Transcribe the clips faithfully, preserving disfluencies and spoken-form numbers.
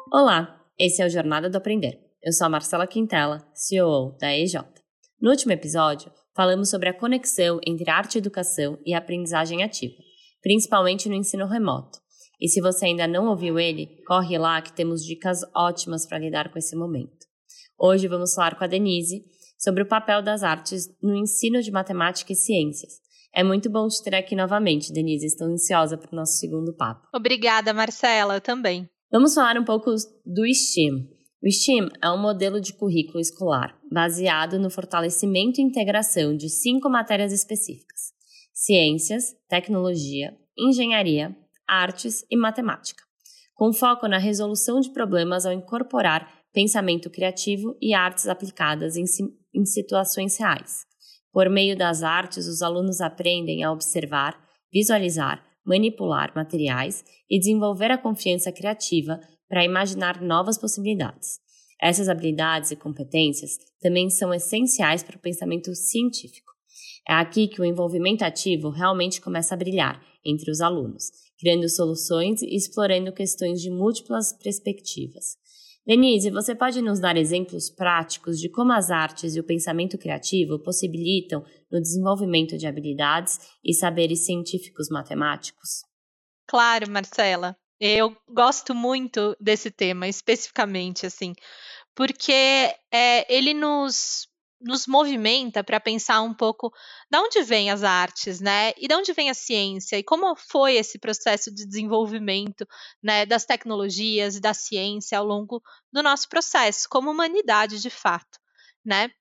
Olá, esse é o Jornada do Aprender. Eu sou a Marcela Quintela, C E O da E J. No último episódio, falamos sobre a conexão entre arte e educação e aprendizagem ativa, principalmente no ensino remoto. E se você ainda não ouviu ele, corre lá que temos dicas ótimas para lidar com esse momento. Hoje vamos falar com a Denise sobre o papel das artes no ensino de matemática e ciências. É muito bom te ter aqui novamente, Denise. Estou ansiosa para o nosso segundo papo. Obrigada, Marcela, eu também. Vamos falar um pouco do STEAM. O STEAM é um modelo de currículo escolar baseado no fortalecimento e integração de cinco matérias específicas: ciências, tecnologia, engenharia, artes e matemática, com foco na resolução de problemas ao incorporar pensamento criativo e artes aplicadas em, em situações reais. Por meio das artes, os alunos aprendem a observar, visualizar, manipular materiais e desenvolver a confiança criativa para imaginar novas possibilidades. Essas habilidades e competências também são essenciais para o pensamento científico. É aqui que o envolvimento ativo realmente começa a brilhar entre os alunos, criando soluções e explorando questões de múltiplas perspectivas. Denise, você pode nos dar exemplos práticos de como as artes e o pensamento criativo possibilitam no desenvolvimento de habilidades e saberes científicos matemáticos? Claro, Marcela. Eu gosto muito desse tema, especificamente, assim, porque é, ele nos, nos movimenta para pensar um pouco de onde vêm as artes, né? E de onde vem a ciência, e como foi esse processo de desenvolvimento, né, das tecnologias e da ciência ao longo do nosso processo, como humanidade de fato, né?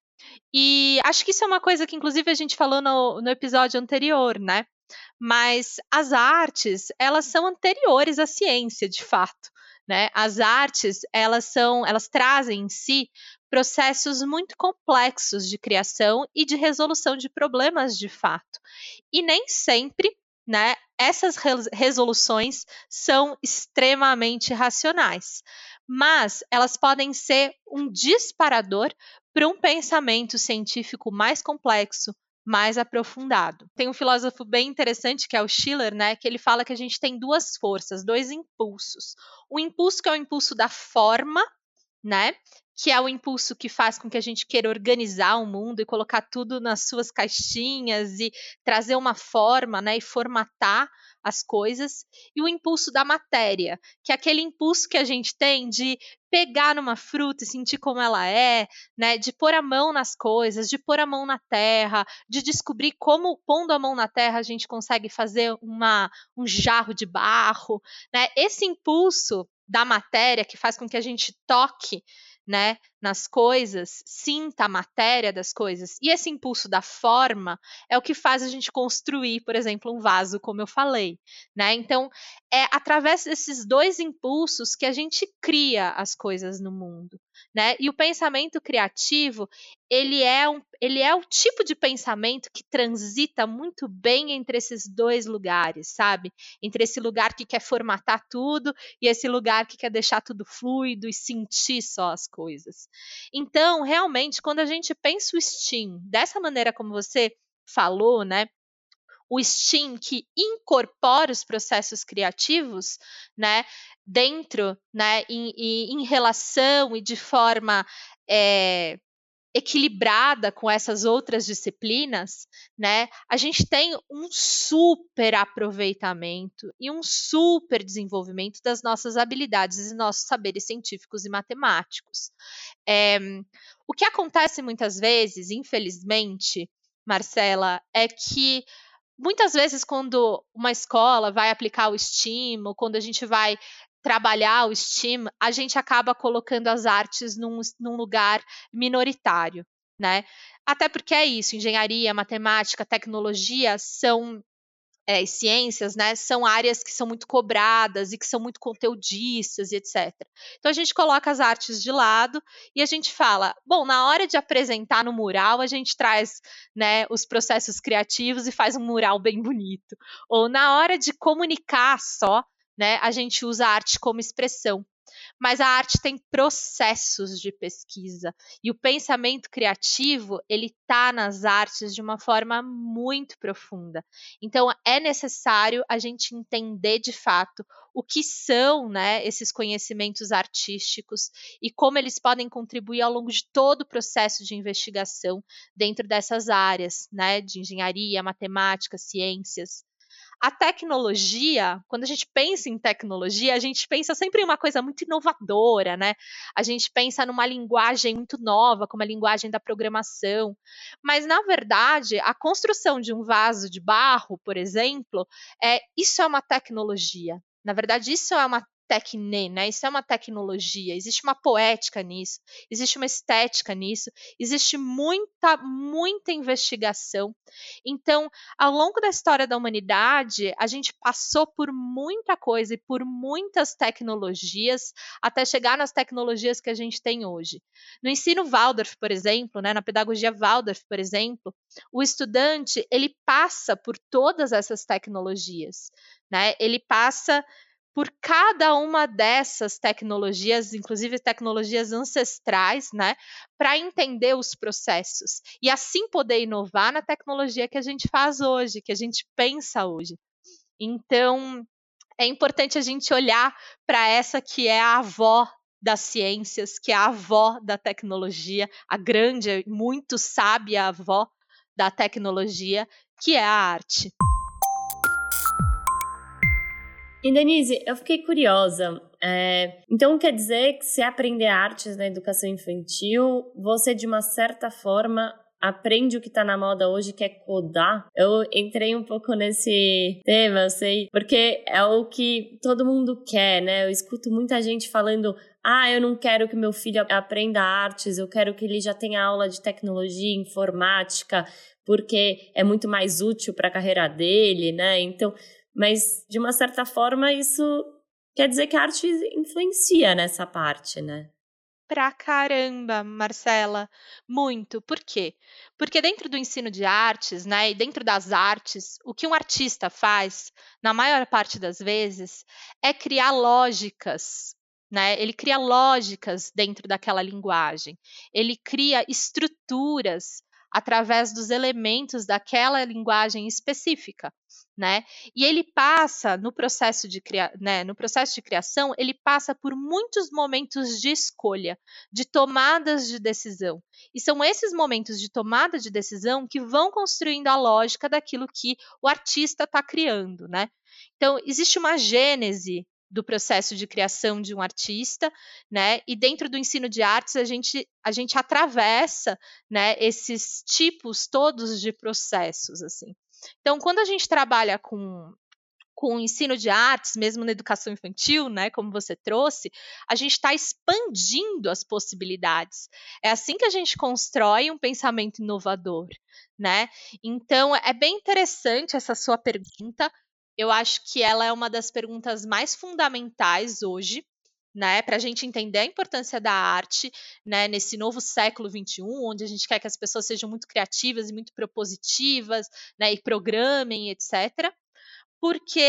E acho que isso é uma coisa que, inclusive, a gente falou no, no episódio anterior, né? Mas as artes, elas são anteriores à ciência, de fato, né? As artes, elas são, elas trazem em si processos muito complexos de criação e de resolução de problemas, de fato. E nem sempre, né, essas resoluções são extremamente racionais, mas elas podem ser um disparador para um pensamento científico mais complexo, mais aprofundado. Tem um filósofo bem interessante que é o Schiller, né, que ele fala que a gente tem duas forças, dois impulsos. O impulso que é o impulso da forma, né, que é o impulso que faz com que a gente queira organizar o mundo e colocar tudo nas suas caixinhas e trazer uma forma, né, e formatar as coisas, e o impulso da matéria, que é aquele impulso que a gente tem de pegar numa fruta e sentir como ela é, né, de pôr a mão nas coisas, de pôr a mão na terra, de descobrir como, pondo a mão na terra, a gente consegue fazer uma, um jarro de barro, né? Esse impulso da matéria que faz com que a gente toque, né, nas coisas, sinta a matéria das coisas, e esse impulso da forma é o que faz a gente construir, por exemplo, um vaso, como eu falei, né? Então, é através desses dois impulsos que a gente cria as coisas no mundo, né? E o pensamento criativo, ele é, um, ele é o tipo de pensamento que transita muito bem entre esses dois lugares, sabe? Entre esse lugar que quer formatar tudo e esse lugar que quer deixar tudo fluido e sentir só as coisas. Então, realmente, quando a gente pensa o STEAM dessa maneira como você falou, né? O STEAM que incorpora os processos criativos, né, dentro, né, em, em, em relação e de forma é, equilibrada com essas outras disciplinas, né, a gente tem um super aproveitamento e um super desenvolvimento das nossas habilidades e nossos saberes científicos e matemáticos. É, o que acontece muitas vezes, infelizmente, Marcela, é que muitas vezes, quando uma escola vai aplicar o STEAM, ou quando a gente vai trabalhar o STEAM, a gente acaba colocando as artes num, num lugar minoritário, né? Até porque é isso, engenharia, matemática, tecnologia são é, ciências, né, são áreas que são muito cobradas e que são muito conteudistas e etcétera. Então a gente coloca as artes de lado e a gente fala, bom, na hora de apresentar no mural, a gente traz, né, os processos criativos e faz um mural bem bonito. Ou na hora de comunicar só, né, a gente usa a arte como expressão. mas a arte tem processos de pesquisa e o pensamento criativo ele está nas artes de uma forma muito profunda. Então é necessário a gente entender de fato o que são, né, esses conhecimentos artísticos e como eles podem contribuir ao longo de todo o processo de investigação dentro dessas áreas, né, de engenharia, matemática, ciências. A tecnologia, quando a gente pensa em tecnologia, a gente pensa sempre em uma coisa muito inovadora, né? A gente pensa numa linguagem muito nova, como a linguagem da programação. Mas, na verdade, a construção de um vaso de barro, por exemplo, é, isso é uma tecnologia. Na verdade, isso é uma tecne, né? Isso é uma tecnologia, existe uma poética nisso, existe uma estética nisso, existe muita, muita investigação. Então, ao longo da história da humanidade, a gente passou por muita coisa e por muitas tecnologias até chegar nas tecnologias que a gente tem hoje. No ensino Waldorf, por exemplo, né, na pedagogia Waldorf, por exemplo, o estudante ele passa por todas essas tecnologias, né? Ele passa por cada uma dessas tecnologias, inclusive tecnologias ancestrais, né, para entender os processos e assim poder inovar na tecnologia que a gente faz hoje, que a gente pensa hoje. Então, é importante a gente olhar para essa que é a avó das ciências, que é a avó da tecnologia, a grande, muito sábia avó da tecnologia, que é a arte. E Denise, eu fiquei curiosa. É, então quer dizer que se aprender artes na educação infantil, você de uma certa forma aprende o que está na moda hoje, que é codar? Eu entrei um pouco nesse tema, eu sei, porque é o que todo mundo quer, né? Eu escuto muita gente falando: ah, eu não quero que meu filho aprenda artes, eu quero que ele já tenha aula de tecnologia, informática, porque é muito mais útil para a carreira dele, né? Então, mas de uma certa forma isso quer dizer que a arte influencia nessa parte, né? Pra caramba, Marcela, muito. Por quê? Porque dentro do ensino de artes, né, e dentro das artes, o que um artista faz, na maior parte das vezes, é criar lógicas, né? Ele cria lógicas dentro daquela linguagem. Ele cria estruturas através dos elementos daquela linguagem específica, né? E ele passa no processo de cria, né, no processo de criação, ele passa por muitos momentos de escolha, de tomadas de decisão. E são esses momentos de tomada de decisão que vão construindo a lógica daquilo que o artista está criando, né? Então, existe uma gênese do processo de criação de um artista, né? E dentro do ensino de artes a gente a gente atravessa, né, esses tipos todos de processos assim. Então, quando a gente trabalha com com o ensino de artes, mesmo na educação infantil, né, como você trouxe, a gente está expandindo as possibilidades. É assim que a gente constrói um pensamento inovador, né? Então, é bem interessante essa sua pergunta. Eu acho que ela é uma das perguntas mais fundamentais hoje, né, para a gente entender a importância da arte, né, nesse novo século vinte e um, onde a gente quer que as pessoas sejam muito criativas e muito propositivas, né, e programem, etcétera. Porque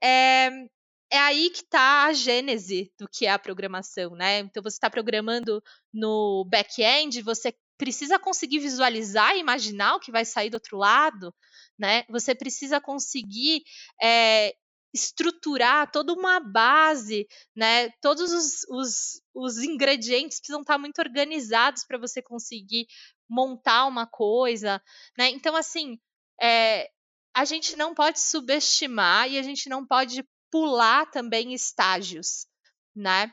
é, é aí que está a gênese do que é a programação, né? Então, você está programando no back-end, você precisa conseguir visualizar e imaginar o que vai sair do outro lado, né? Você precisa conseguir é, estruturar toda uma base, né? Todos os, os, os ingredientes precisam estar muito organizados para você conseguir montar uma coisa, né? Então, assim, é, a gente não pode subestimar e a gente não pode pular também estágios, né?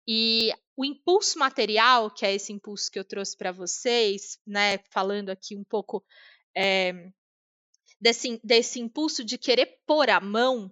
E o impulso material, que é esse impulso que eu trouxe para vocês, né? Falando aqui um pouco é, desse, desse impulso de querer pôr a mão,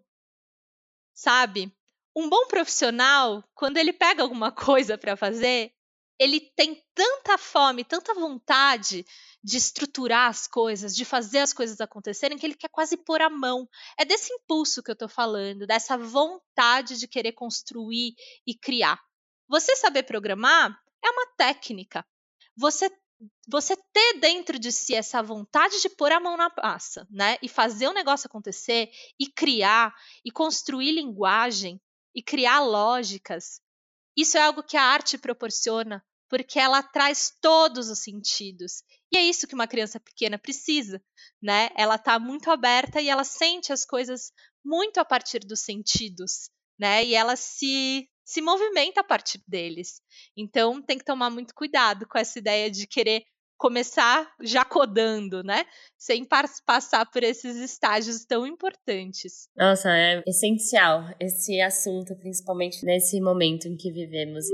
sabe? Um bom profissional, quando ele pega alguma coisa para fazer, ele tem tanta fome, tanta vontade de estruturar as coisas, de fazer as coisas acontecerem, que ele quer quase pôr a mão. É desse impulso que eu estou falando, dessa vontade de querer construir e criar. Você saber programar é uma técnica. Você você ter dentro de si essa vontade de pôr a mão na massa, né? E fazer o negócio acontecer, e criar, e construir linguagem, e criar lógicas, Isso é algo que a arte proporciona, porque ela traz todos os sentidos. E é isso que uma criança pequena precisa, né? Ela está muito aberta e ela sente as coisas muito a partir dos sentidos, né? E ela se, se movimenta a partir deles. Então tem que tomar muito cuidado com essa ideia de querer começar já codando, né? Sem passar por esses estágios tão importantes. Nossa, é essencial esse assunto, principalmente nesse momento em que vivemos.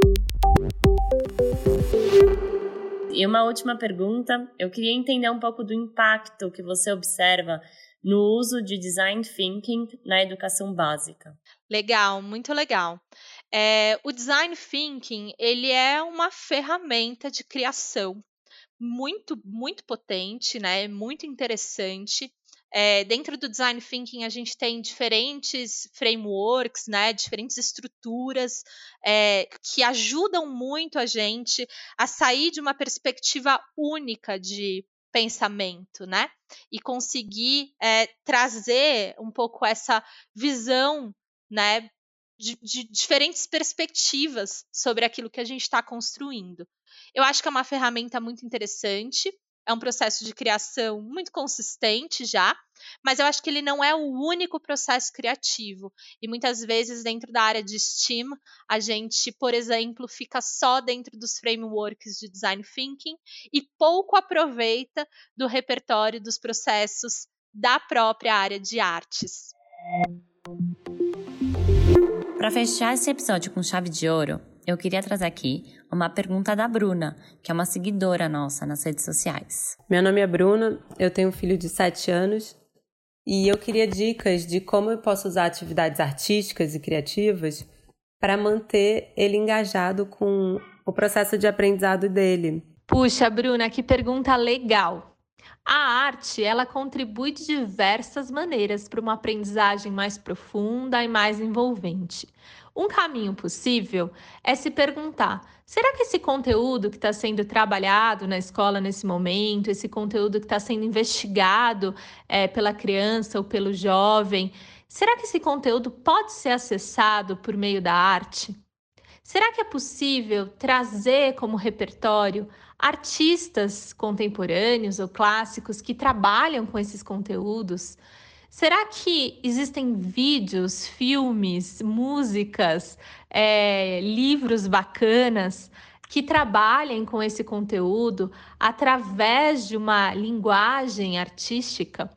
E uma última pergunta, eu queria entender um pouco do impacto que você observa no uso de Design Thinking na educação básica. Legal, muito legal. É, o Design Thinking, ele é uma ferramenta de criação muito, muito potente, né? Muito interessante. É, dentro do Design Thinking, a gente tem diferentes frameworks, né? Diferentes estruturas é, que ajudam muito a gente a sair de uma perspectiva única de pensamento, né? E conseguir é, trazer um pouco essa visão, né? De, de diferentes perspectivas sobre aquilo que a gente está construindo. Eu acho que é uma ferramenta muito interessante, é um processo de criação muito consistente já, mas eu acho que ele não é o único processo criativo. E muitas vezes, dentro da área de STEAM, a gente, por exemplo, fica só dentro dos frameworks de Design Thinking e pouco aproveita do repertório dos processos da própria área de artes. Para fechar esse episódio com chave de ouro, eu queria trazer aqui uma pergunta da Bruna, que é uma seguidora nossa nas redes sociais. Meu nome é Bruna, eu tenho um filho de sete anos e eu queria dicas de como eu posso usar atividades artísticas e criativas para manter ele engajado com o processo de aprendizado dele. Puxa, Bruna, que pergunta legal! A arte, ela contribui de diversas maneiras para uma aprendizagem mais profunda e mais envolvente. Um caminho possível é se perguntar: será que esse conteúdo que está sendo trabalhado na escola nesse momento, esse conteúdo que está sendo investigado é, pela criança ou pelo jovem, será que esse conteúdo pode ser acessado por meio da arte? Será que é possível trazer como repertório artistas contemporâneos ou clássicos que trabalham com esses conteúdos? Será que existem vídeos, filmes, músicas, é, livros bacanas que trabalhem com esse conteúdo através de uma linguagem artística?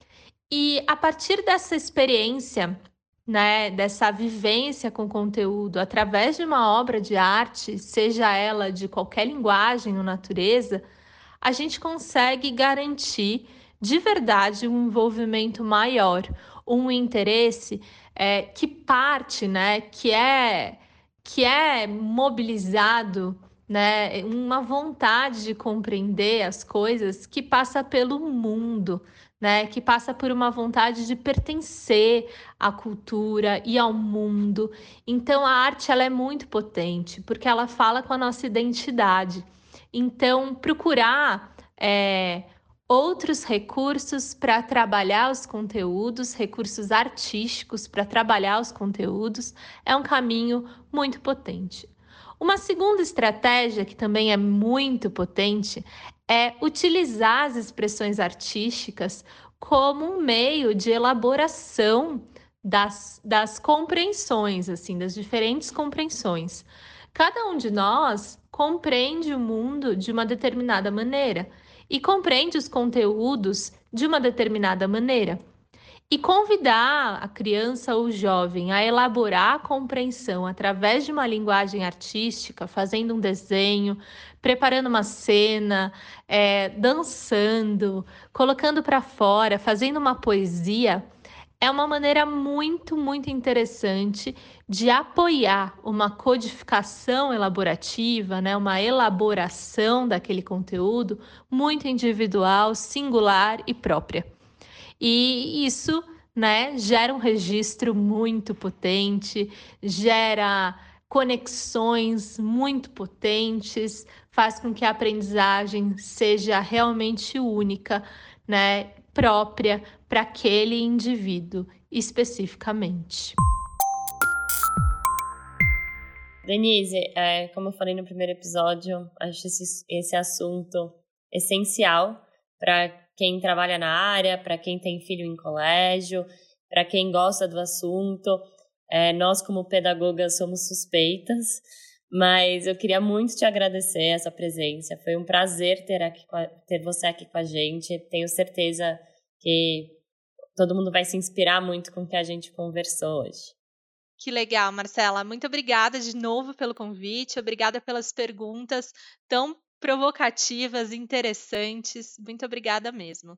E a partir dessa experiência, né, dessa vivência com conteúdo através de uma obra de arte, seja ela de qualquer linguagem ou natureza, a gente consegue garantir de verdade um envolvimento maior, um interesse é, que parte, né, que é, que é mobilizado, né, uma vontade de compreender as coisas que passa pelo mundo, né, que passa por uma vontade de pertencer à cultura e ao mundo. Então a arte ela é muito potente, porque ela fala com a nossa identidade. Então procurar é, outros recursos para trabalhar os conteúdos, recursos artísticos para trabalhar os conteúdos, é um caminho muito potente. Uma segunda estratégia que também é muito potente é utilizar as expressões artísticas como um meio de elaboração das, das compreensões, assim, das diferentes compreensões. Cada um de nós compreende o mundo de uma determinada maneira e compreende os conteúdos de uma determinada maneira. E convidar a criança ou o jovem a elaborar a compreensão através de uma linguagem artística, fazendo um desenho, preparando uma cena, é, dançando, colocando para fora, fazendo uma poesia, é uma maneira muito, muito interessante de apoiar uma codificação elaborativa, né, uma elaboração daquele conteúdo muito individual, singular e própria. E isso, né, gera um registro muito potente, gera conexões muito potentes, faz com que a aprendizagem seja realmente única, né, própria para aquele indivíduo especificamente. Denise, é, como eu falei no primeiro episódio, acho esse, esse assunto essencial para quem trabalha na área, para quem tem filho em colégio, para quem gosta do assunto. É, nós, como pedagogas, somos suspeitas, mas eu queria muito te agradecer essa presença. Foi um prazer ter, aqui, ter você aqui com a gente. Tenho certeza que todo mundo vai se inspirar muito com o que a gente conversou hoje. Que legal, Marcela. Muito obrigada de novo pelo convite. Obrigada pelas perguntas tão provocativas e interessantes. Muito obrigada mesmo.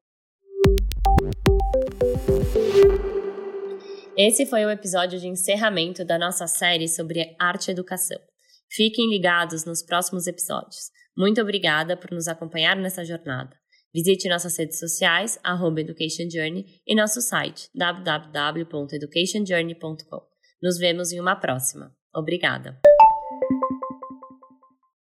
Esse foi o episódio de encerramento da nossa série sobre arte e educação. Fiquem ligados nos próximos episódios. Muito obrigada por nos acompanhar nessa jornada. Visite nossas redes sociais, arroba Education Journey, e nosso site, w w w ponto education journey ponto com. Nos vemos em uma próxima. Obrigada!